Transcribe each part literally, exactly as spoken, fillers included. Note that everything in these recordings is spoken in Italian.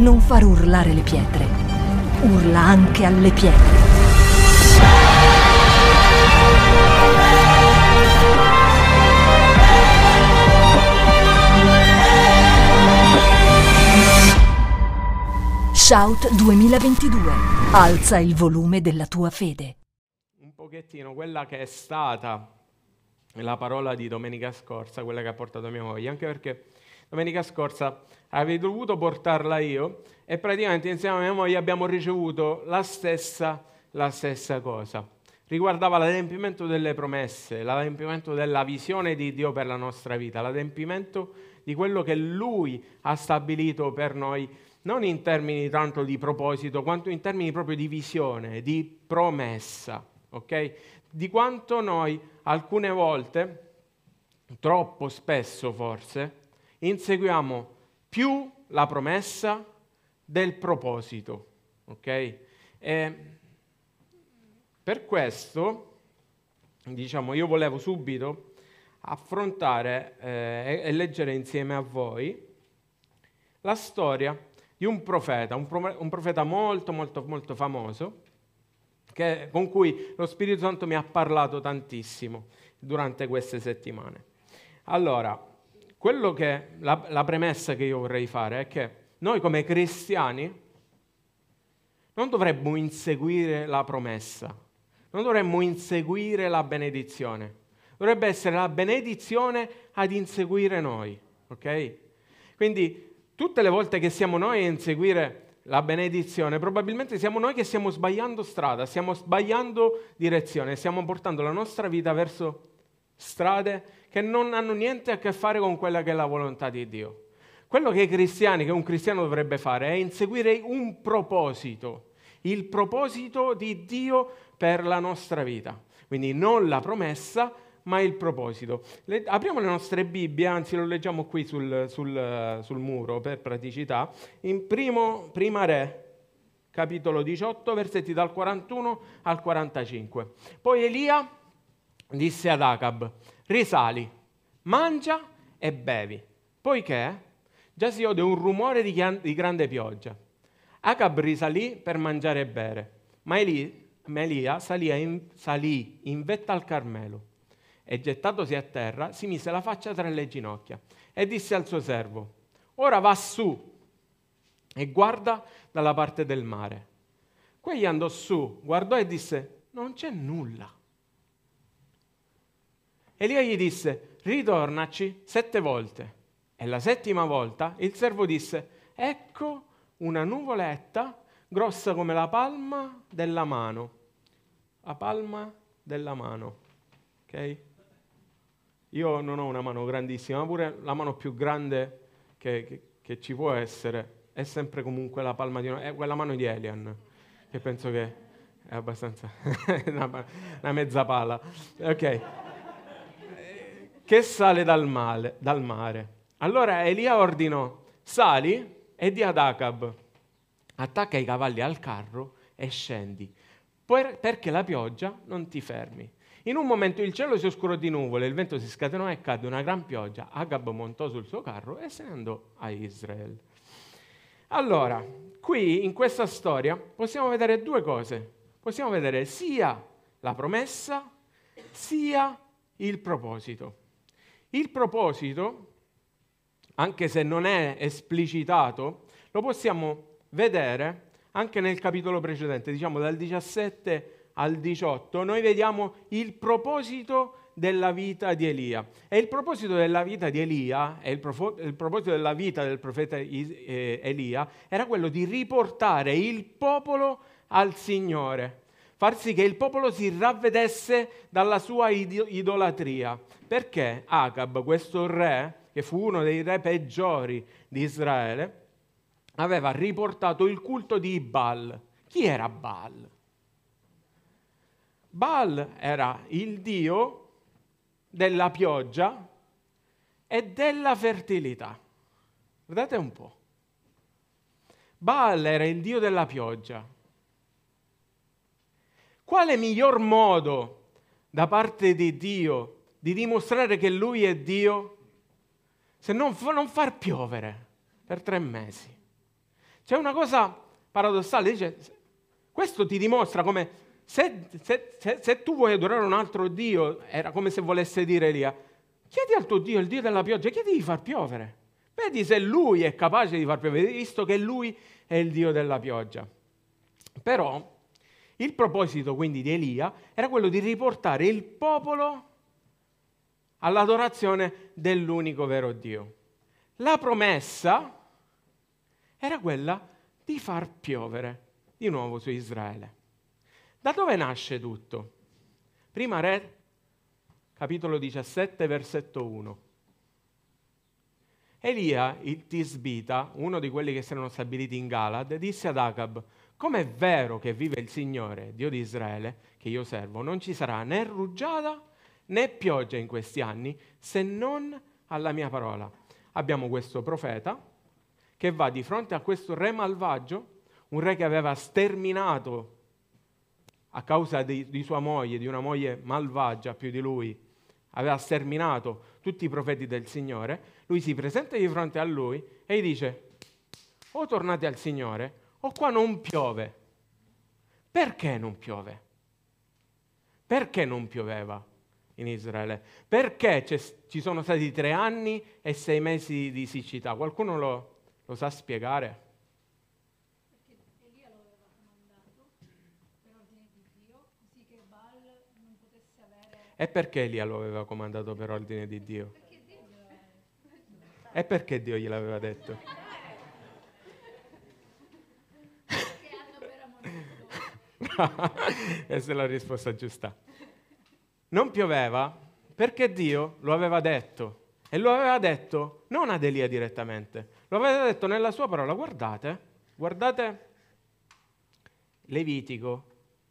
non far urlare le pietre. Urla anche alle pietre. Shout duemilaventidue. Alza il volume della tua fede. Un pochettino quella che è stata la parola di domenica scorsa, quella che ha portato mia moglie, anche perché domenica scorsa avrei dovuto portarla io e praticamente insieme a mia moglie abbiamo ricevuto la stessa, la stessa cosa. Riguardava l'adempimento delle promesse, l'adempimento della visione di Dio per la nostra vita, l'adempimento di quello che Lui ha stabilito per noi, non in termini tanto di proposito, quanto in termini proprio di visione, di promessa, ok? Di quanto noi alcune volte, troppo spesso forse, inseguiamo più la promessa del proposito, ok? E per questo, diciamo, io volevo subito affrontare eh, e leggere insieme a voi la storia di un profeta, un, pro- un profeta molto, molto, molto famoso, che, con cui lo Spirito Santo mi ha parlato tantissimo durante queste settimane. Allora, quello che, la, la premessa che io vorrei fare è che noi come cristiani non dovremmo inseguire la promessa, non dovremmo inseguire la benedizione, dovrebbe essere la benedizione ad inseguire noi, ok? Quindi tutte le volte che siamo noi a inseguire la benedizione, probabilmente siamo noi che stiamo sbagliando strada, stiamo sbagliando direzione, stiamo portando la nostra vita verso strade che non hanno niente a che fare con quella che è la volontà di Dio. Quello che i cristiani, che un cristiano dovrebbe fare è inseguire un proposito, il proposito di Dio per la nostra vita. Quindi non la promessa, ma il proposito. Le, apriamo le nostre Bibbie, anzi lo leggiamo qui sul, sul, sul muro per praticità, in primo, Prima Re, capitolo diciotto, versetti dal quarantuno al quarantacinque. Poi Elia disse ad Acab: risali, mangia e bevi, poiché già si ode un rumore di, chian- di grande pioggia. Acab risalì per mangiare e bere, ma Elia salì in, salì in vetta al Carmelo e gettatosi a terra si mise la faccia tra le ginocchia e disse al suo servo: ora va su e guarda dalla parte del mare. Quegli andò su, guardò e disse: non c'è nulla. Elia gli disse: ritornaci sette volte. E la settima volta il servo disse: ecco una nuvoletta grossa come la palma della mano. La palma della mano, ok? Io non ho una mano grandissima, ma pure la mano più grande che, che, che ci può essere è sempre comunque la palma di una... è quella mano di Elian, che penso che è abbastanza... una, una mezza pala. Ok. Che sale dal, male, dal mare. Allora Elia ordinò: sali e di ad Acab: attacca i cavalli al carro e scendi, per, perché la pioggia non ti fermi. In un momento il cielo si oscurò di nuvole, il vento si scatenò e cadde una gran pioggia. Acab montò sul suo carro e se ne andò a Israele. Allora, qui in questa storia possiamo vedere due cose. Possiamo vedere sia la promessa, sia il proposito. Il proposito, anche se non è esplicitato, lo possiamo vedere anche nel capitolo precedente, diciamo dal diciassette al diciotto, noi vediamo il proposito della vita di Elia. E il proposito della vita di Elia, e il, profo- il proposito della vita del profeta eh, Elia, era quello di riportare il popolo al Signore, far sì che il popolo si ravvedesse dalla sua id- idolatria. Perché Acab, questo re, che fu uno dei re peggiori di Israele, aveva riportato il culto di Baal. Chi era Baal? Baal era il dio della pioggia e della fertilità. Guardate un po'. Baal era il dio della pioggia. Quale miglior modo da parte di Dio di dimostrare che Lui è Dio se non, non far piovere per tre mesi? C'è una cosa paradossale, dice, questo ti dimostra come se, se, se, se tu vuoi adorare un altro Dio, era come se volesse dire Elia, chiedi al tuo Dio, il Dio della pioggia, chiedi di far piovere. Vedi se Lui è capace di far piovere, visto che Lui è il Dio della pioggia. Però il proposito quindi di Elia era quello di riportare il popolo all'adorazione dell'unico vero Dio. La promessa era quella di far piovere di nuovo su Israele. Da dove nasce tutto? Prima Re, capitolo diciassette, versetto uno. Elia, il Tisbita, uno di quelli che si erano stabiliti in Galad, disse ad Acab, com'è vero che vive il Signore, Dio di Israele, che io servo, non ci sarà né rugiada né pioggia in questi anni, se non alla mia parola. Abbiamo questo profeta che va di fronte a questo re malvagio, un re che aveva sterminato a causa di, di sua moglie, di una moglie malvagia più di lui, aveva sterminato tutti i profeti del Signore. Lui si presenta di fronte a lui e gli dice, o tornate al Signore, o qua non piove. Perché non piove? Perché non pioveva in Israele? Perché ci sono stati tre anni e sei mesi di siccità? Qualcuno lo, lo sa spiegare? Perché Elia lo aveva comandato per ordine di Dio, così che Baal non potesse avere... E perché Elia lo aveva comandato per ordine di Dio? Perché Dio glielo E perché Dio gliel'aveva detto? Perché hanno per ammonito. Questa è la risposta giusta. Non pioveva perché Dio lo aveva detto. E lo aveva detto non ad Elia direttamente, lo aveva detto nella sua parola. Guardate, guardate Levitico,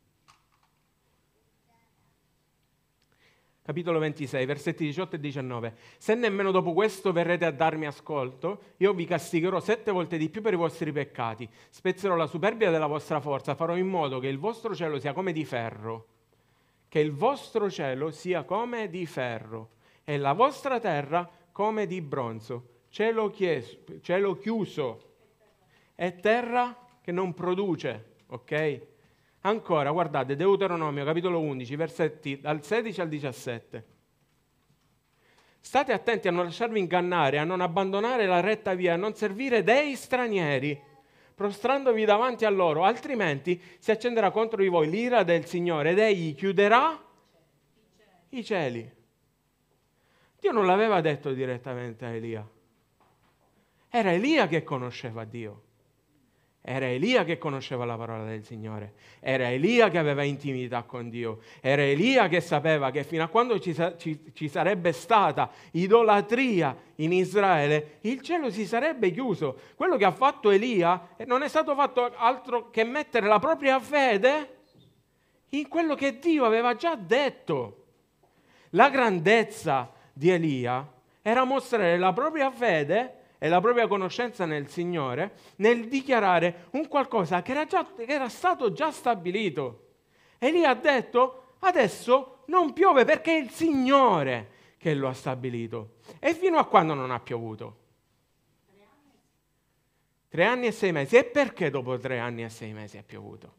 capitolo ventisei, versetti diciotto e diciannove. Se nemmeno dopo questo verrete a darmi ascolto, io vi castigherò sette volte di più per i vostri peccati, spezzerò la superbia della vostra forza, farò in modo che il vostro cielo sia come di ferro, che il vostro cielo sia come di ferro e la vostra terra come di bronzo, cielo, chieso, cielo chiuso e terra che non produce, ok? Ancora, guardate, Deuteronomio, capitolo undici, versetti dal sedici al diciassette. State attenti a non lasciarvi ingannare, a non abbandonare la retta via, a non servire dei stranieri, prostrandovi davanti a loro, altrimenti si accenderà contro di voi l'ira del Signore ed egli chiuderà i cieli. Dio non l'aveva detto direttamente a Elia. Era Elia che conosceva Dio. Era Elia che conosceva la parola del Signore, era Elia che aveva intimità con Dio, era Elia che sapeva che fino a quando ci, ci, ci sarebbe stata idolatria in Israele, il cielo si sarebbe chiuso. Quello che ha fatto Elia non è stato fatto altro che mettere la propria fede in quello che Dio aveva già detto. La grandezza di Elia era mostrare la propria fede e la propria conoscenza nel Signore nel dichiarare un qualcosa che era, già, che era stato già stabilito. Elia ha detto, adesso non piove perché è il Signore che lo ha stabilito. E fino a quando non ha piovuto? Tre anni. Tre anni e sei mesi. E perché dopo tre anni e sei mesi è piovuto?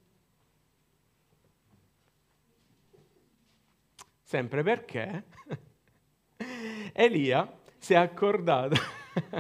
Sempre perché Elia si è accordato.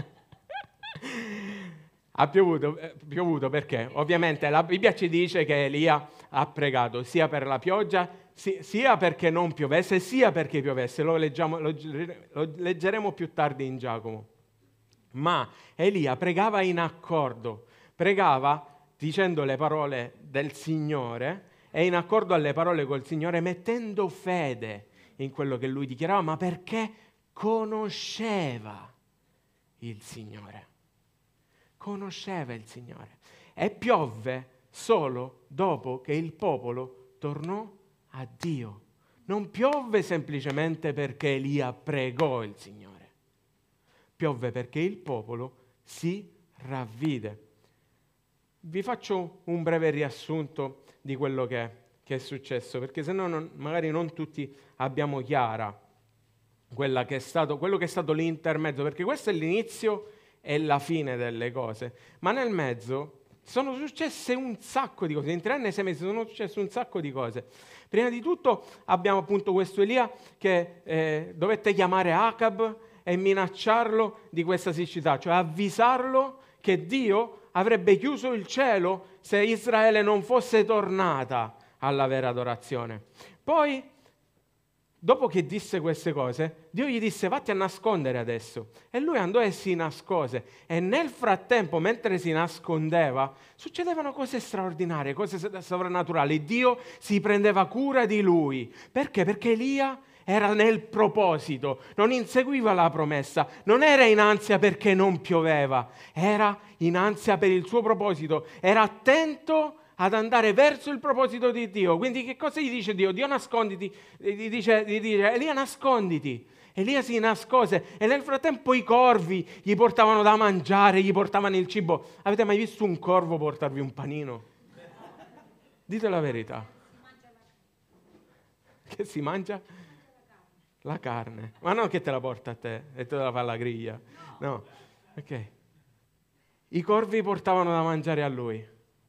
Ha piovuto, eh, piovuto perché? Ovviamente la Bibbia ci dice che Elia ha pregato sia per la pioggia, si, sia perché non piovesse, sia perché piovesse. Lo, leggiamo, lo, lo leggeremo più tardi in Giacomo. Ma Elia pregava in accordo, pregava dicendo le parole del Signore e in accordo alle parole col Signore, mettendo fede in quello che lui dichiarava, ma perché conosceva il Signore. Conosceva il Signore. E piovve solo dopo che il popolo tornò a Dio. Non piovve semplicemente perché Elia pregò il Signore. Piovve perché il popolo si ravvide. Vi faccio un breve riassunto di quello che, che è successo, perché se no non, magari non tutti abbiamo chiara quella che è stato, quello che è stato l'intermezzo, perché questo è l'inizio è la fine delle cose, ma nel mezzo sono successe un sacco di cose, in tre anni e sei mesi sono successe un sacco di cose. Prima di tutto abbiamo appunto questo Elia che eh, dovette chiamare Acab e minacciarlo di questa siccità, cioè avvisarlo che Dio avrebbe chiuso il cielo se Israele non fosse tornata alla vera adorazione. Poi, dopo che disse queste cose, Dio gli disse vatti a nascondere adesso. E lui andò e si nascose. E nel frattempo, mentre si nascondeva, succedevano cose straordinarie, cose sovrannaturali. Dio si prendeva cura di lui. Perché? Perché Elia era nel proposito, non inseguiva la promessa, non era in ansia perché non pioveva, era in ansia per il suo proposito, era attento ad andare verso il proposito di Dio. Quindi che cosa gli dice Dio? Dio nasconditi, gli dice, gli dice Elia nasconditi. Elia si nascose e nel frattempo i corvi gli portavano da mangiare, gli portavano il cibo. Avete mai visto un corvo portarvi un panino? Dite la verità. Che si mangia? La carne. Ma non che te la porta a te e te la fa alla griglia. No. Ok. I corvi portavano da mangiare a lui.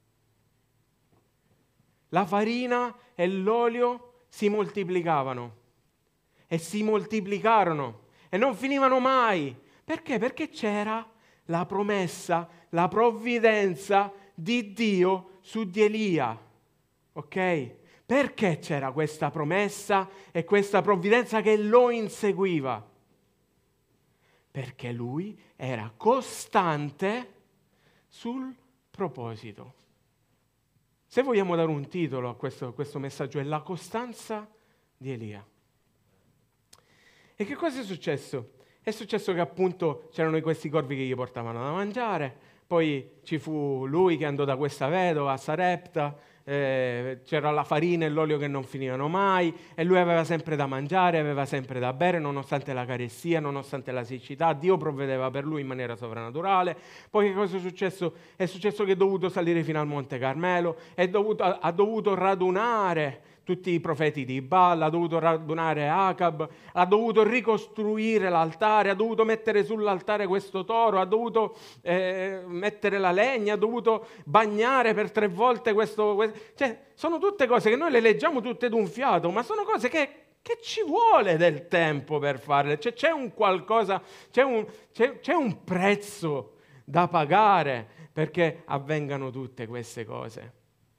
La farina e l'olio si moltiplicavano e si moltiplicarono e non finivano mai. Perché? Perché c'era la promessa, la provvidenza di Dio su di Elia. Ok? Perché c'era questa promessa e questa provvidenza che lo inseguiva? Perché lui era costante sul proposito. Se vogliamo dare un titolo a questo, a questo messaggio, è la costanza di Elia. E che cosa è successo? È successo che appunto c'erano questi corvi che gli portavano da mangiare, poi ci fu lui che andò da questa vedova a Sarepta, eh, c'era la farina e l'olio che non finivano mai e lui aveva sempre da mangiare, aveva sempre da bere nonostante la carestia, nonostante la siccità. Dio provvedeva per lui in maniera sovrannaturale. Poi che cosa è successo? È successo che è dovuto salire fino al Monte Carmelo, è dovuto, ha dovuto radunare tutti i profeti di Baal, ha dovuto radunare Acab, ha dovuto ricostruire l'altare, ha dovuto mettere sull'altare questo toro, ha dovuto eh, mettere la legna, ha dovuto bagnare per tre volte questo, questo... Cioè, sono tutte cose che noi le leggiamo tutte d'un fiato, ma sono cose che, che ci vuole del tempo per farle. Cioè, c'è un qualcosa, c'è un, c'è, c'è un prezzo da pagare perché avvengano tutte queste cose.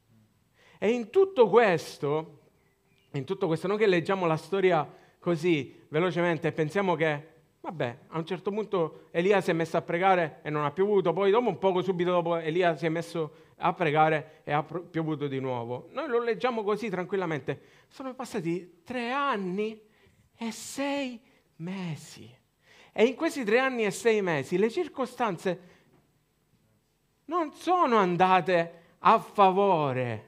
E in tutto questo, in tutto questo, non che leggiamo la storia così velocemente e pensiamo che, vabbè, a un certo punto Elia si è messo a pregare e non ha piovuto, poi dopo un poco, subito dopo, Elia si è messo a pregare e ha piovuto di nuovo. Noi lo leggiamo così tranquillamente. Sono passati tre anni e sei mesi. E in questi tre anni e sei mesi le circostanze non sono andate a favore.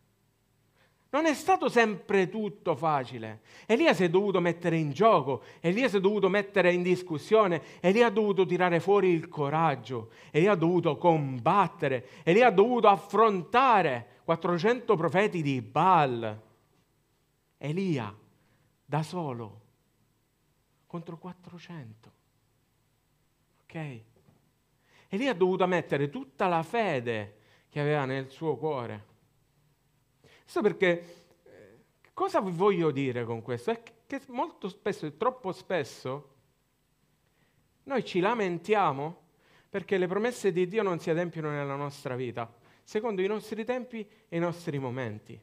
Non è stato sempre tutto facile. Elia si è dovuto mettere in gioco, Elia si è dovuto mettere in discussione, Elia ha dovuto tirare fuori il coraggio, Elia ha dovuto combattere, Elia ha dovuto affrontare quattrocento profeti di Baal. Elia, da solo, contro quattrocento. Ok? Elia ha dovuto mettere tutta la fede che aveva nel suo cuore. Questo perché, cosa vi voglio dire con questo? È che molto spesso, e troppo spesso, noi ci lamentiamo perché le promesse di Dio non si adempiono nella nostra vita, secondo i nostri tempi e i nostri momenti.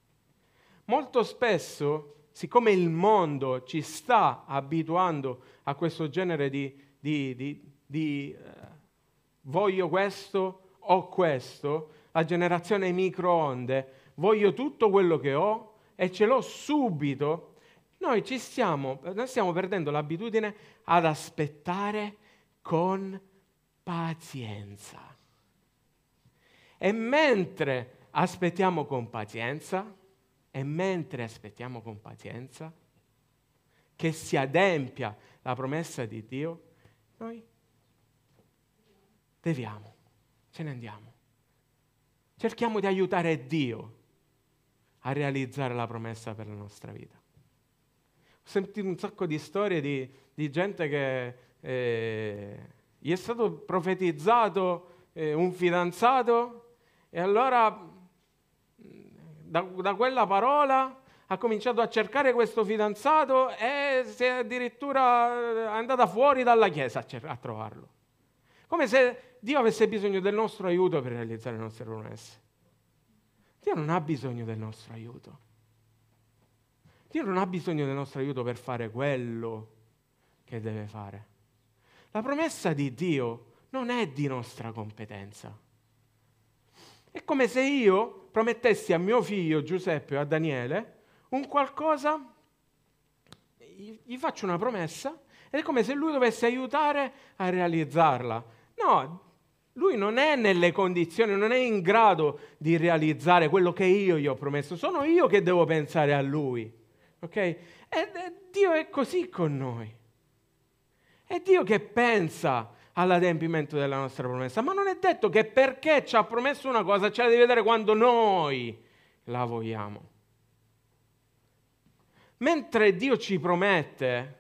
Molto spesso, siccome il mondo ci sta abituando a questo genere di, di, di, di eh, voglio questo o questo, la generazione microonde, voglio tutto quello che ho e ce l'ho subito, noi ci stiamo, noi stiamo perdendo l'abitudine ad aspettare con pazienza. E mentre aspettiamo con pazienza, e mentre aspettiamo con pazienza che si adempia la promessa di Dio, noi deviamo, ce ne andiamo. Cerchiamo di aiutare Dio a realizzare la promessa per la nostra vita. Ho sentito un sacco di storie di, di gente che eh, gli è stato profetizzato eh, un fidanzato e allora da, da quella parola ha cominciato a cercare questo fidanzato e si è addirittura andata fuori dalla chiesa a, cer- a trovarlo. Come se Dio avesse bisogno del nostro aiuto per realizzare le nostre promesse. Dio non ha bisogno del nostro aiuto. Dio non ha bisogno del nostro aiuto per fare quello che deve fare. La promessa di Dio non è di nostra competenza. È come se io promettessi a mio figlio Giuseppe o a Daniele un qualcosa, gli faccio una promessa ed è come se lui dovesse aiutare a realizzarla. No, lui non è nelle condizioni, non è in grado di realizzare quello che io gli ho promesso, sono io che devo pensare a lui, ok? E, e Dio è così con noi. È Dio che pensa all'adempimento della nostra promessa, ma non è detto che perché ci ha promesso una cosa ce la deve vedere quando noi la vogliamo. Mentre Dio ci promette,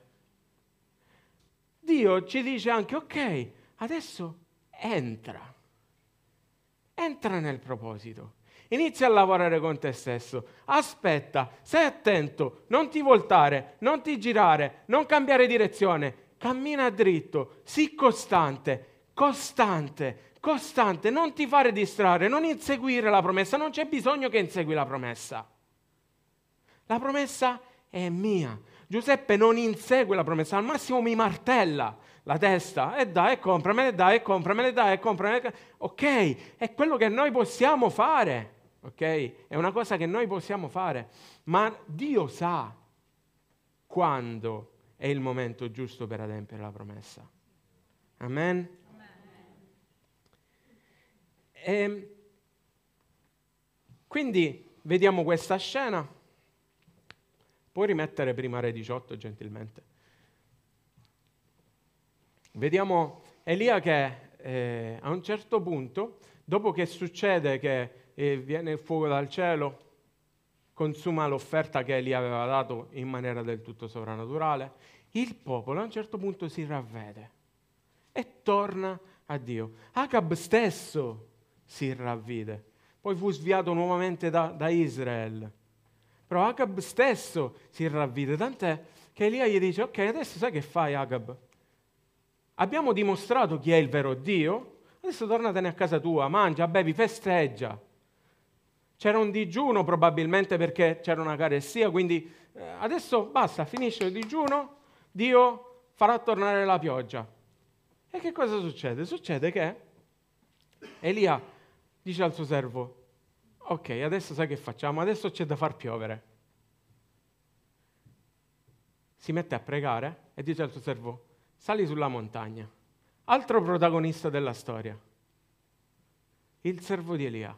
Dio ci dice anche, ok, adesso entra, entra nel proposito, inizia a lavorare con te stesso, aspetta, stai attento, non ti voltare, non ti girare, non cambiare direzione, cammina dritto, sii costante, costante, costante, non ti fare distrarre, non inseguire la promessa, non c'è bisogno che insegui la promessa. La promessa è mia. Giuseppe non insegue la promessa, al massimo mi martella la testa e dai e compramele, dai e compramele, dai e compramele. Ok, è quello che noi possiamo fare, ok? È una cosa che noi possiamo fare, ma Dio sa quando è il momento giusto per adempiere la promessa. Amen? E quindi vediamo questa scena. Puoi rimettere prima Re diciotto gentilmente. Vediamo Elia che eh, a un certo punto, dopo che succede che eh, viene il fuoco dal cielo, consuma l'offerta che Elia aveva dato in maniera del tutto sovrannaturale, il popolo a un certo punto si ravvede e torna a Dio. Acab stesso si ravvide, poi fu sviato nuovamente da, da Israele. Però Acab stesso si ravvide, tant'è che Elia gli dice, ok, adesso sai che fai Acab? Abbiamo dimostrato chi è il vero Dio, adesso tornatene a casa tua, mangia, bevi, festeggia. C'era un digiuno probabilmente perché c'era una carestia, quindi eh, adesso basta, finisce il digiuno, Dio farà tornare la pioggia. E che cosa succede? Succede che Elia dice al suo servo, ok, adesso sai che facciamo? Adesso c'è da far piovere. Si mette a pregare e dice al suo servo, sali sulla montagna. Altro protagonista della storia, il servo di Elia.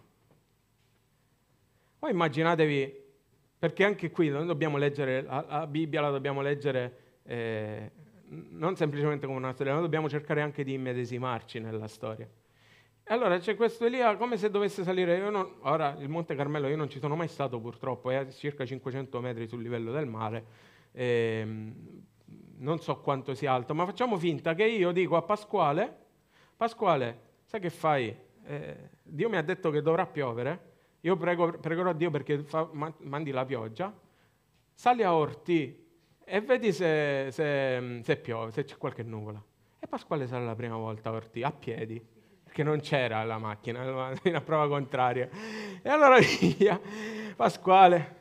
Voi immaginatevi, perché anche qui non dobbiamo leggere, la, la Bibbia la dobbiamo leggere eh, non semplicemente come una storia, ma dobbiamo cercare anche di immedesimarci nella storia. Allora c'è questo Elia come se dovesse salire, io non, ora il Monte Carmelo io non ci sono mai stato purtroppo, è a circa cinquecento metri sul livello del mare, ehm, non so quanto sia alto, ma facciamo finta che io dico a Pasquale, Pasquale, sai che fai? Eh, Dio mi ha detto che dovrà piovere, io prego, pregherò a Dio perché fa, ma, mandi la pioggia, sali a Ortì e vedi se, se, se piove, se c'è qualche nuvola. E Pasquale sale la prima volta a Ortì, a piedi, perché non c'era la macchina, in a prova contraria. E allora via, Pasquale,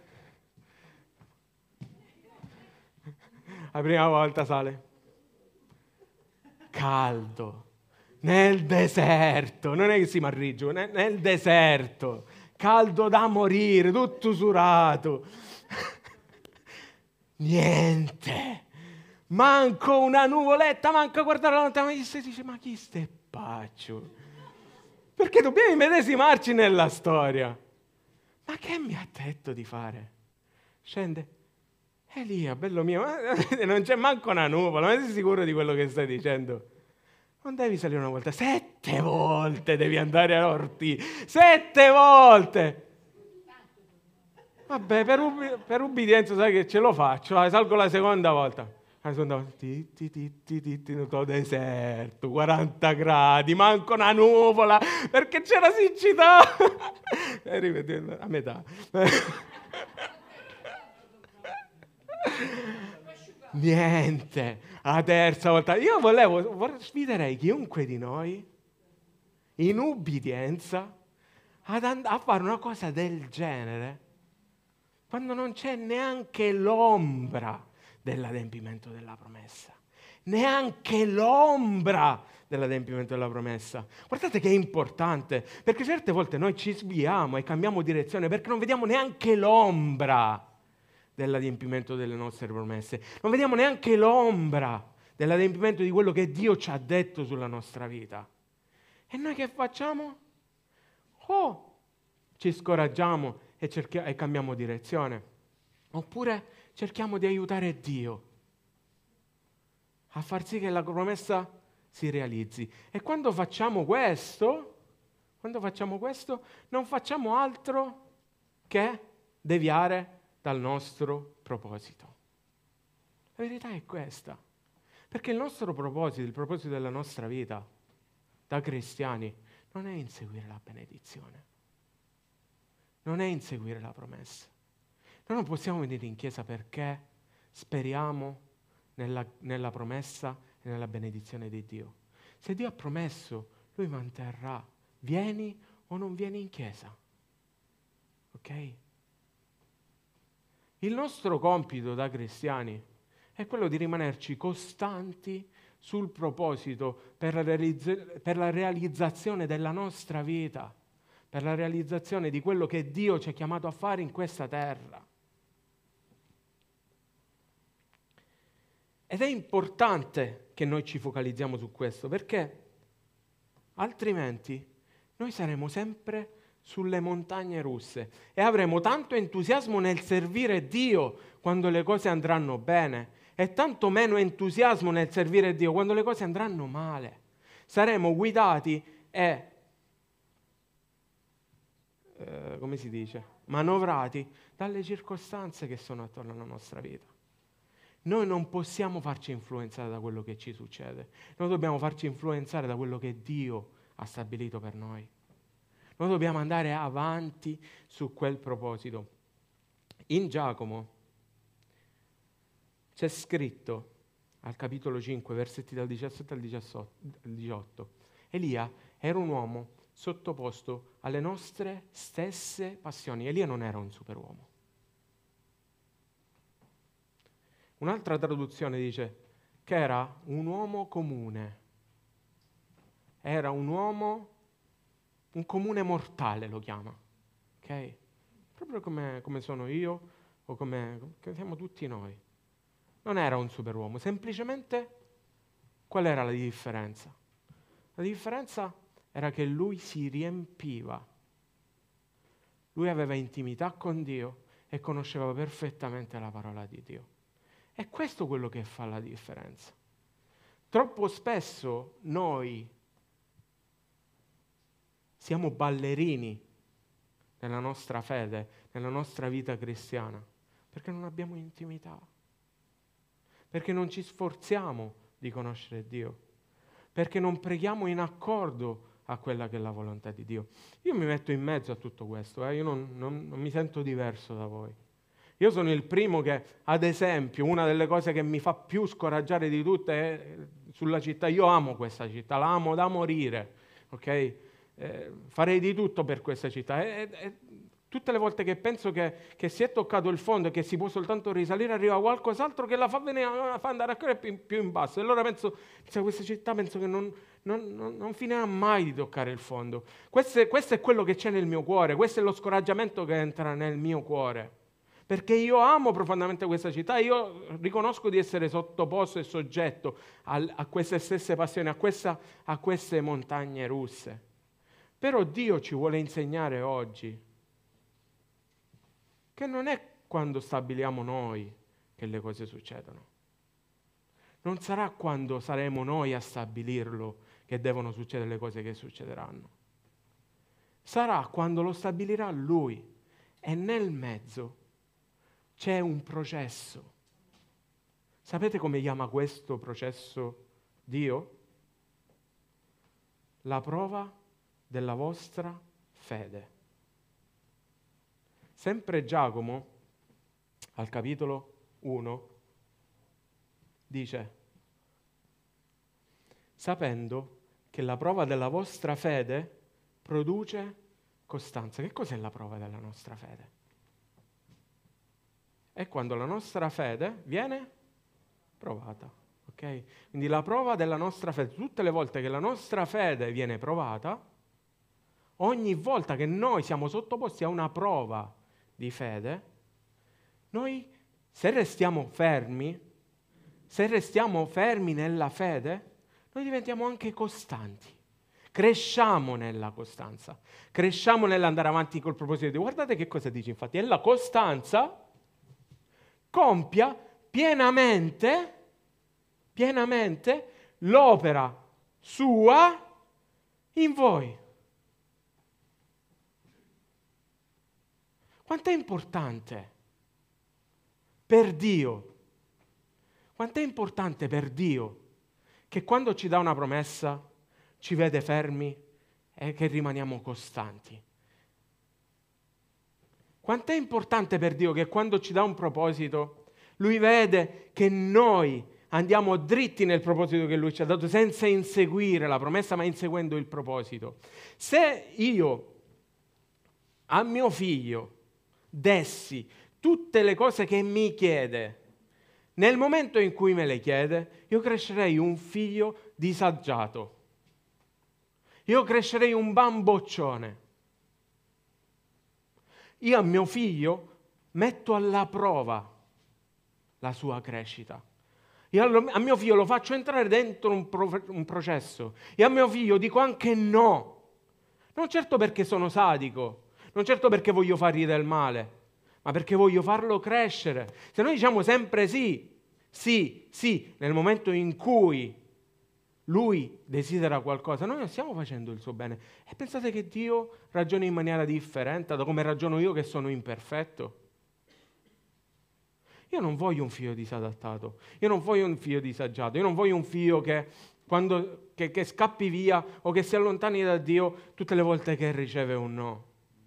la prima volta sale, caldo, nel deserto, non è che si marrigio, nel, nel deserto, caldo da morire, tutto usurato, niente, manco una nuvoletta, manco a guardare la lontana, e si dice, ma chi ste paccio? Perché dobbiamo immedesimarci nella storia. Ma che mi ha detto di fare? Scende, Elia, bello mio, non c'è manco una nuvola, ma sei sicuro di quello che stai dicendo? Non devi salire una volta, sette volte devi andare a Ortì, sette volte! Vabbè, per, ubbi- per ubbidienza sai che ce lo faccio, salgo la seconda volta. Ah, sono andato ti, ti, ti, ti, ti, ti, tutto deserto, quaranta gradi, manco una nuvola, perché c'era siccità. E rivedendo a metà. Niente, la terza volta. Io volevo, vorrei- sfiderei chiunque di noi, in ubbidienza, ad and- a fare una cosa del genere, quando non c'è neanche l'ombra dell'adempimento della promessa. Neanche l'ombra dell'adempimento della promessa. Guardate che è importante, perché certe volte noi ci sviamo e cambiamo direzione perché non vediamo neanche l'ombra dell'adempimento delle nostre promesse. Non vediamo neanche l'ombra dell'adempimento di quello che Dio ci ha detto sulla nostra vita. E noi che facciamo? Oh, ci scoraggiamo e, cerchi- e cambiamo direzione. Oppure cerchiamo di aiutare Dio a far sì che la promessa si realizzi. E quando facciamo questo, quando facciamo questo, non facciamo altro che deviare dal nostro proposito. La verità è questa. Perché il nostro proposito, il proposito della nostra vita da cristiani, non è inseguire la benedizione, non è inseguire la promessa. Noi non possiamo venire in chiesa perché speriamo nella, nella promessa e nella benedizione di Dio. Se Dio ha promesso, Lui manterrà. Vieni o non vieni in chiesa. Ok? Il nostro compito da cristiani è quello di rimanerci costanti sul proposito per la, realizz- per la realizzazione della nostra vita, per la realizzazione di quello che Dio ci ha chiamato a fare in questa terra. Ed è importante che noi ci focalizziamo su questo, perché altrimenti noi saremo sempre sulle montagne russe e avremo tanto entusiasmo nel servire Dio quando le cose andranno bene e tanto meno entusiasmo nel servire Dio quando le cose andranno male. Saremo guidati e, eh, come si dice, manovrati dalle circostanze che sono attorno alla nostra vita. Noi non possiamo farci influenzare da quello che ci succede, noi dobbiamo farci influenzare da quello che Dio ha stabilito per noi. Noi dobbiamo andare avanti su quel proposito. In Giacomo c'è scritto al capitolo cinque, versetti dal diciassette al diciotto, Elia era un uomo sottoposto alle nostre stesse passioni. Elia non era un superuomo. Un'altra traduzione dice che era un uomo comune, era un uomo, un comune mortale lo chiama, ok? Proprio come, come sono io o come, come siamo tutti noi. Non era un superuomo, semplicemente qual era la differenza? La differenza era che lui si riempiva, lui aveva intimità con Dio e conosceva perfettamente la parola di Dio. È questo quello che fa la differenza. Troppo spesso noi siamo ballerini nella nostra fede, nella nostra vita cristiana, perché non abbiamo intimità, perché non ci sforziamo di conoscere Dio, perché non preghiamo in accordo a quella che è la volontà di Dio. Io mi metto in mezzo a tutto questo, eh? Io non, non, non mi sento diverso da voi. Io sono il primo che, ad esempio, una delle cose che mi fa più scoraggiare di tutte è sulla città. Io amo questa città, la amo da morire, ok? Eh, farei di tutto per questa città. E, e, tutte le volte che penso che, che si è toccato il fondo e che si può soltanto risalire, arriva qualcos'altro che la fa, venire, fa andare ancora più, più in basso. E allora penso, penso a questa città, penso che non, non, non, non finirà mai di toccare il fondo. Questo è, questo è quello che c'è nel mio cuore, questo è lo scoraggiamento che entra nel mio cuore. Perché io amo profondamente questa città, io riconosco di essere sottoposto e soggetto a, a queste stesse passioni, a, questa, a queste montagne russe. Però Dio ci vuole insegnare oggi che non è quando stabiliamo noi che le cose succedono. Non sarà quando saremo noi a stabilirlo che devono succedere le cose che succederanno. Sarà quando lo stabilirà Lui e nel mezzo c'è un processo. Sapete come chiama questo processo Dio? La prova della vostra fede. Sempre Giacomo, al capitolo uno, dice: sapendo che la prova della vostra fede produce costanza. Che cos'è la prova della nostra fede? È quando la nostra fede viene provata, ok? Quindi la prova della nostra fede, tutte le volte che la nostra fede viene provata, ogni volta che noi siamo sottoposti a una prova di fede, noi se restiamo fermi, se restiamo fermi nella fede, noi diventiamo anche costanti. Cresciamo nella costanza, cresciamo nell'andare avanti col proposito di Dio. Guardate che cosa dice infatti, è la costanza compia pienamente, pienamente l'opera sua in voi. Quanto è importante per Dio, quanto è importante per Dio che quando ci dà una promessa ci vede fermi e che rimaniamo costanti. Quanto è importante per Dio che quando ci dà un proposito, Lui vede che noi andiamo dritti nel proposito che Lui ci ha dato, senza inseguire la promessa, ma inseguendo il proposito. Se io a mio figlio dessi tutte le cose che mi chiede, nel momento in cui me le chiede, io crescerei un figlio disagiato. Io crescerei un bamboccione. Io a mio figlio metto alla prova la sua crescita. Io a mio figlio lo faccio entrare dentro un, pro- un processo. E a mio figlio dico anche no. Non certo perché sono sadico, non certo perché voglio fargli del male, ma perché voglio farlo crescere. Se noi diciamo sempre sì, sì, sì, nel momento in cui Lui desidera qualcosa, noi non stiamo facendo il suo bene. E pensate che Dio ragiona in maniera differente da come ragiono io che sono imperfetto? Io non voglio un figlio disadattato, io non voglio un figlio disagiato, io non voglio un figlio che, quando, che, che scappi via o che si allontani da Dio tutte le volte che riceve un no.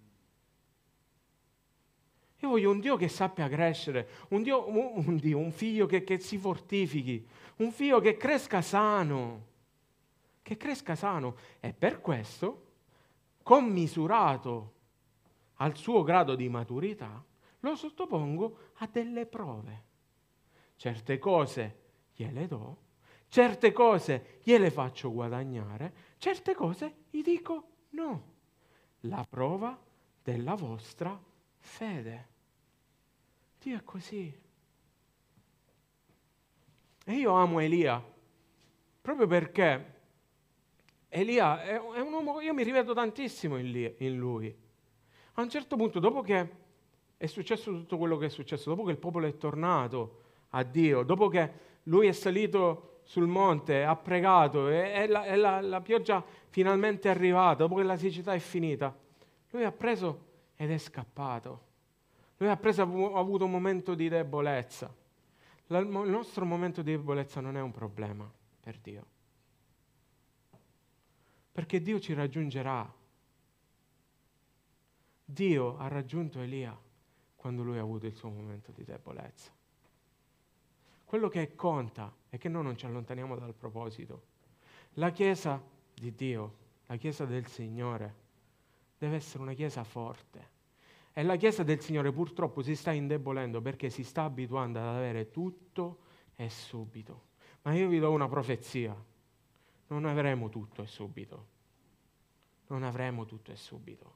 Io voglio un Dio che sappia crescere, un, Dio, un, un, Dio, un figlio che, che si fortifichi, un figlio che cresca sano, che cresca sano. E per questo, commisurato al suo grado di maturità, lo sottopongo a delle prove. Certe cose gliele do, certe cose gliele faccio guadagnare, certe cose gli dico no. La prova della vostra fede. Dio è così. E io amo Elia, proprio perché Elia è un uomo, io mi rivedo tantissimo in lui. A un certo punto, dopo che è successo tutto quello che è successo, dopo che il popolo è tornato a Dio, dopo che lui è salito sul monte, ha pregato, e, e, la, e la, la pioggia finalmente è arrivata, dopo che la siccità è finita, lui ha preso ed è scappato. Lui ha, preso, ha avuto un momento di debolezza. La, il nostro momento di debolezza non è un problema per Dio. Perché Dio ci raggiungerà. Dio ha raggiunto Elia quando lui ha avuto il suo momento di debolezza. Quello che conta è che noi non ci allontaniamo dal proposito. La Chiesa di Dio, la Chiesa del Signore, deve essere una Chiesa forte. E la Chiesa del Signore purtroppo si sta indebolendo perché si sta abituando ad avere tutto e subito. Ma io vi do una profezia. Non avremo tutto e subito. Non avremo tutto e subito.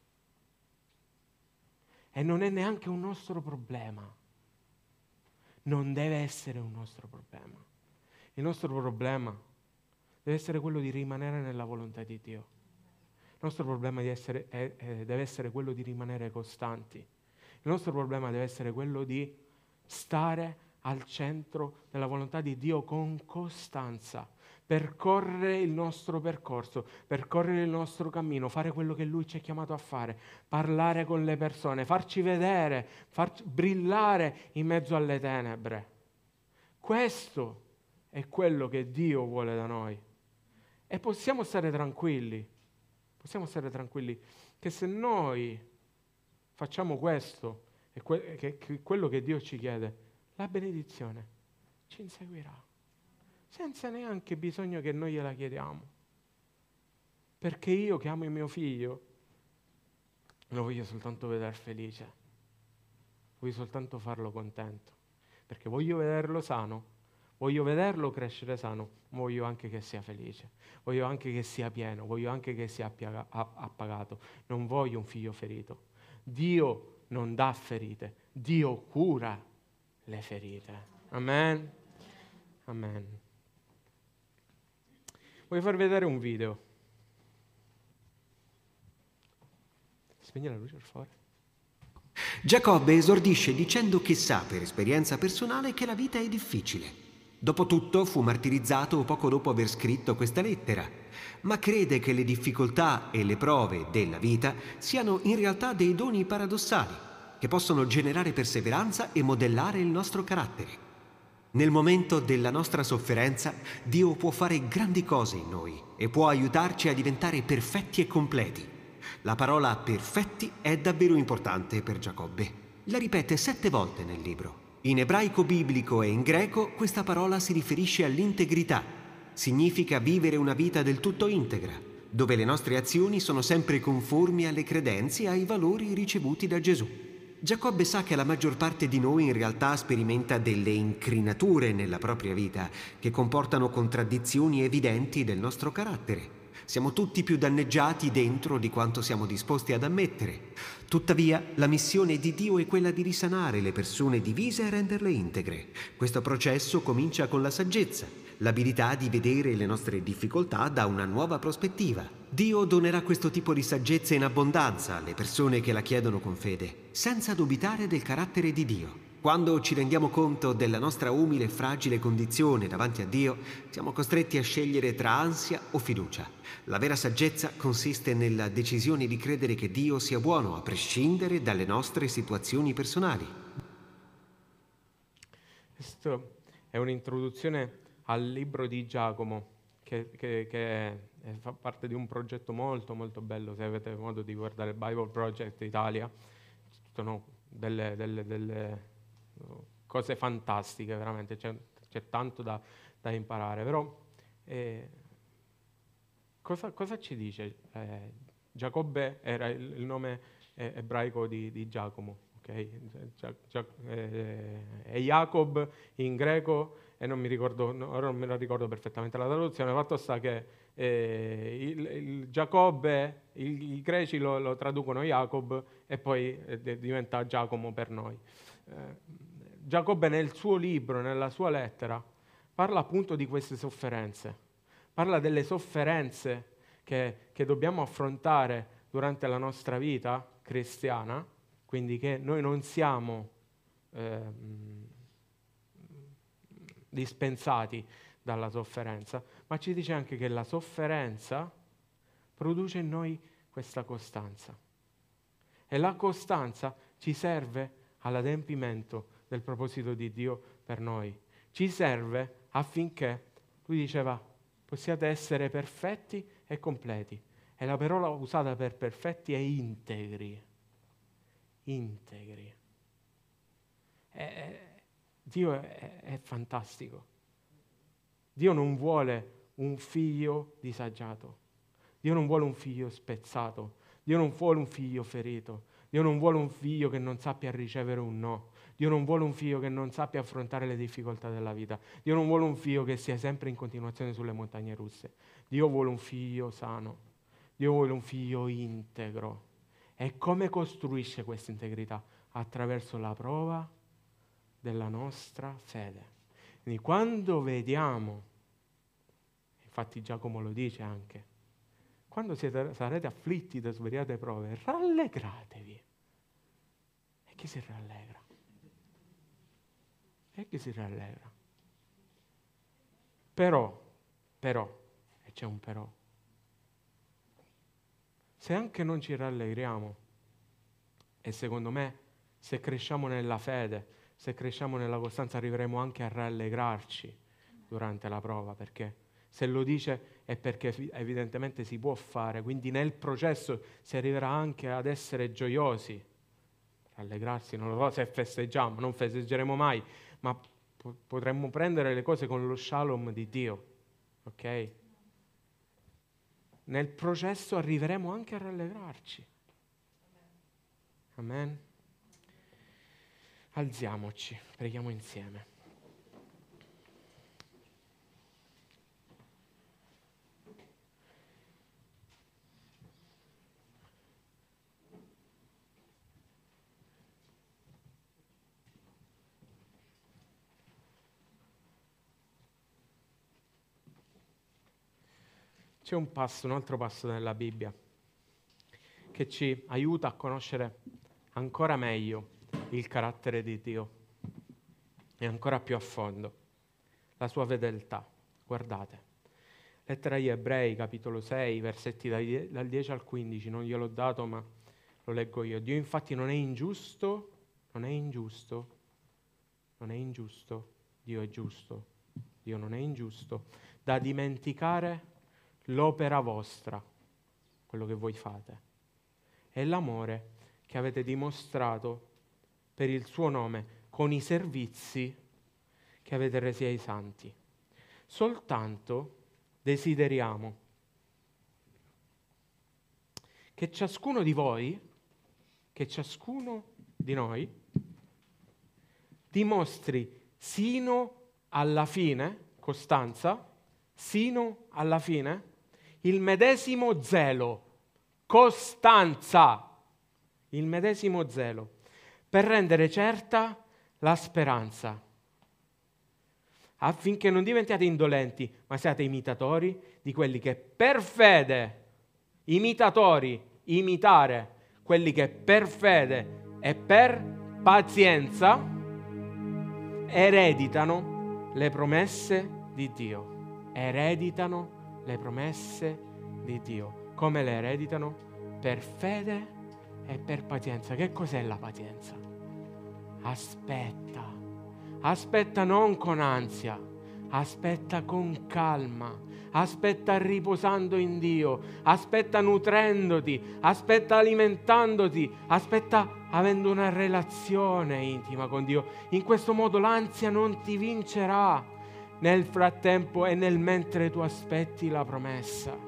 E non è neanche un nostro problema. Non deve essere un nostro problema. Il nostro problema deve essere quello di rimanere nella volontà di Dio. Il nostro problema deve essere, è, è, deve essere quello di rimanere costanti. Il nostro problema deve essere quello di stare al centro della volontà di Dio con costanza, percorrere il nostro percorso, percorrere il nostro cammino, fare quello che Lui ci ha chiamato a fare, parlare con le persone, farci vedere, farci brillare in mezzo alle tenebre. Questo è quello che Dio vuole da noi. E possiamo stare tranquilli, possiamo stare tranquilli che se noi facciamo questo, e que- che, che quello che Dio ci chiede, la benedizione ci inseguirà, senza neanche bisogno che noi gliela chiediamo. Perché io che amo il mio figlio, lo voglio soltanto vedere felice, voglio soltanto farlo contento, perché voglio vederlo sano, voglio vederlo crescere sano, ma voglio anche che sia felice, voglio anche che sia pieno, voglio anche che sia appiaga- appagato, non voglio un figlio ferito. Dio non dà ferite, Dio cura le ferite. Amen? Amen. Voglio far vedere un video. Spegni la luce per favore. Giacobbe esordisce dicendo che sa per esperienza personale che la vita è difficile. Dopotutto fu martirizzato poco dopo aver scritto questa lettera, ma crede che le difficoltà e le prove della vita siano in realtà dei doni paradossali che possono generare perseveranza e modellare il nostro carattere. Nel momento della nostra sofferenza, Dio può fare grandi cose in noi e può aiutarci a diventare perfetti e completi. La parola perfetti è davvero importante per Giacobbe. La ripete sette volte nel libro. In ebraico biblico e in greco questa parola si riferisce all'integrità. Significa vivere una vita del tutto integra, dove le nostre azioni sono sempre conformi alle credenze e ai valori ricevuti da Gesù. Giacobbe sa che la maggior parte di noi in realtà sperimenta delle incrinature nella propria vita che comportano contraddizioni evidenti del nostro carattere. Siamo tutti più danneggiati dentro di quanto siamo disposti ad ammettere. Tuttavia, la missione di Dio è quella di risanare le persone divise e renderle integre. Questo processo comincia con la saggezza, l'abilità di vedere le nostre difficoltà da una nuova prospettiva. Dio donerà questo tipo di saggezza in abbondanza alle persone che la chiedono con fede, senza dubitare del carattere di Dio. Quando ci rendiamo conto della nostra umile e fragile condizione davanti a Dio, siamo costretti a scegliere tra ansia o fiducia. La vera saggezza consiste nella decisione di credere che Dio sia buono, a prescindere dalle nostre situazioni personali. Questo è un'introduzione al libro di Giacomo, che, che, che fa parte di un progetto molto molto bello. Se avete modo di guardare il Bible Project Italia, sono delle, delle, delle cose fantastiche, veramente, c'è, c'è tanto da, da imparare. Però eh, cosa, cosa ci dice? Eh, Giacobbe era il, il nome eh, ebraico di, di Giacomo, ok? Gia, Gia, eh, e Jacob in greco, e non mi ricordo, no, ora non me la ricordo perfettamente la traduzione, fatto sta che eh, il, il Giacobbe, il, i greci lo, lo traducono Jacob e poi eh, diventa Giacomo per noi. Eh, Giacobbe nel suo libro, nella sua lettera, parla appunto di queste sofferenze, parla delle sofferenze che, che dobbiamo affrontare durante la nostra vita cristiana, quindi che noi non siamo eh, dispensati dalla sofferenza, ma ci dice anche che la sofferenza produce in noi questa costanza. E la costanza ci serve all'adempimento del proposito di Dio per noi. Ci serve affinché, lui diceva, possiate essere perfetti e completi. E la parola usata per perfetti è integri. Integri. E, Dio è, è fantastico. Dio non vuole un figlio disagiato. Dio non vuole un figlio spezzato. Dio non vuole un figlio ferito. Dio non vuole un figlio che non sappia ricevere un no. Dio non vuole un figlio che non sappia affrontare le difficoltà della vita. Dio non vuole un figlio che sia sempre in continuazione sulle montagne russe. Dio vuole un figlio sano. Dio vuole un figlio integro. E come costruisce questa integrità? Attraverso la prova della nostra fede. Quindi quando vediamo, infatti Giacomo lo dice anche, quando siete, sarete afflitti da svariate prove, rallegratevi. E chi si rallegra? E chi si rallegra? Però, però, e c'è un però, se anche non ci rallegriamo, e secondo me, se cresciamo nella fede, se cresciamo nella costanza arriveremo anche a rallegrarci durante la prova, perché se lo dice è perché evidentemente si può fare, quindi nel processo si arriverà anche ad essere gioiosi. Rallegrarsi, non lo so se festeggiamo, non festeggeremo mai, ma po- potremmo prendere le cose con lo shalom di Dio, ok? Nel processo arriveremo anche a rallegrarci. Amen. Alziamoci, preghiamo insieme. C'è un passo, un altro passo nella Bibbia che ci aiuta a conoscere ancora meglio il carattere di Dio e ancora più a fondo la sua fedeltà. Guardate, lettera agli Ebrei, capitolo sei, versetti dal dieci al quindici, non gliel'ho dato ma lo leggo io. Dio infatti non è ingiusto, non è ingiusto, non è ingiusto, Dio è giusto, Dio non è ingiusto, da dimenticare l'opera vostra, quello che voi fate, e l'amore che avete dimostrato per il suo nome con i servizi che avete resi ai santi. Soltanto desideriamo che ciascuno di voi, che ciascuno di noi dimostri sino alla fine, costanza, sino alla fine, il medesimo zelo, costanza, il medesimo zelo, per rendere certa la speranza, affinché non diventiate indolenti, ma siate imitatori di quelli che per fede, imitatori, imitare quelli che per fede e per pazienza ereditano le promesse di Dio. Ereditano le promesse di Dio. Come le ereditano? Per fede e per pazienza. Che cos'è la pazienza? Aspetta. Aspetta non con ansia, aspetta con calma, aspetta riposando in Dio, aspetta nutrendoti, aspetta alimentandoti, aspetta avendo una relazione intima con Dio. In questo modo l'ansia non ti vincerà nel frattempo e nel mentre tu aspetti la promessa.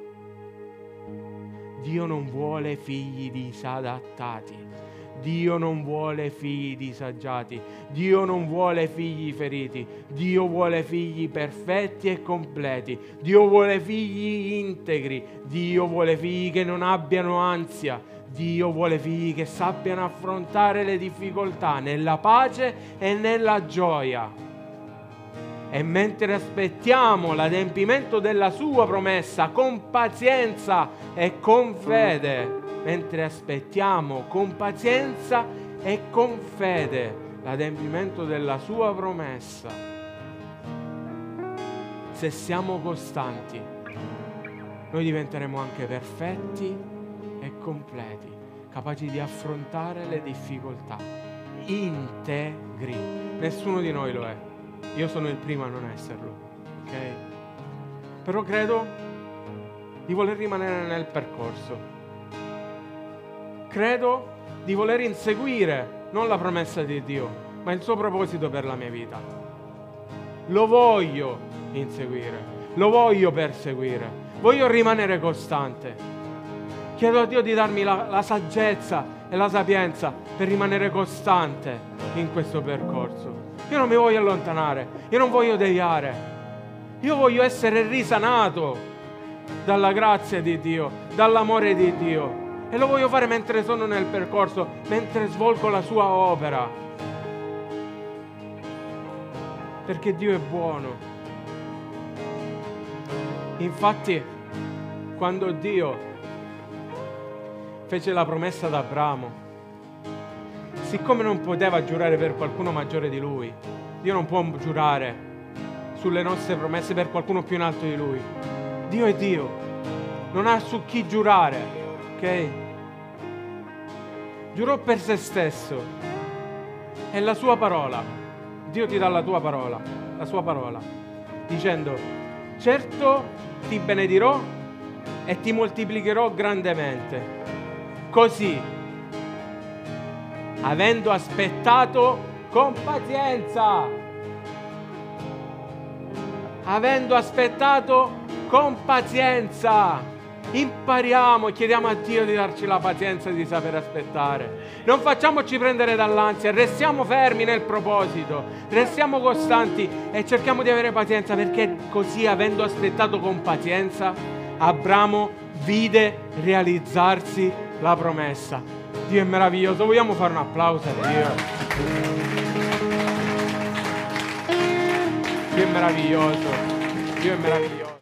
Dio non vuole figli disadattati. Dio non vuole figli disagiati, Dio non vuole figli feriti, Dio vuole figli perfetti e completi, Dio vuole figli integri, Dio vuole figli che non abbiano ansia, Dio vuole figli che sappiano affrontare le difficoltà nella pace e nella gioia. E mentre aspettiamo l'adempimento della sua promessa con pazienza e con fede, mentre aspettiamo con pazienza e con fede l'adempimento della sua promessa, se siamo costanti, noi diventeremo anche perfetti e completi, capaci di affrontare le difficoltà, integri. Nessuno di noi lo è. Io sono il primo a non esserlo, ok? Però credo di voler rimanere nel percorso. Credo di voler inseguire non la promessa di Dio, ma il suo proposito per la mia vita. Lo voglio inseguire, lo voglio perseguire, voglio rimanere costante. Chiedo a Dio di darmi la, la saggezza e la sapienza per rimanere costante in questo percorso. Io non mi voglio allontanare, io non voglio deviare, io voglio essere risanato dalla grazia di Dio, dall'amore di Dio. E lo voglio fare mentre sono nel percorso, mentre svolgo la sua opera. Perché Dio è buono. Infatti, quando Dio fece la promessa ad Abramo, siccome non poteva giurare per qualcuno maggiore di lui, Dio non può giurare sulle nostre promesse per qualcuno più in alto di lui. Dio è Dio, non ha su chi giurare. Ok? Giurò per se stesso è la sua parola. Dio ti dà la tua parola, la sua parola, dicendo: certo ti benedirò e ti moltiplicherò grandemente. Così, avendo aspettato con pazienza, avendo aspettato con pazienza, impariamo e chiediamo a Dio di darci la pazienza di saper aspettare. Non facciamoci prendere dall'ansia, restiamo fermi nel proposito, restiamo costanti e cerchiamo di avere pazienza, perché così, avendo aspettato con pazienza, Abramo vide realizzarsi la promessa. Dio è meraviglioso, vogliamo fare un applauso a Dio? Dio è meraviglioso, Dio è meraviglioso.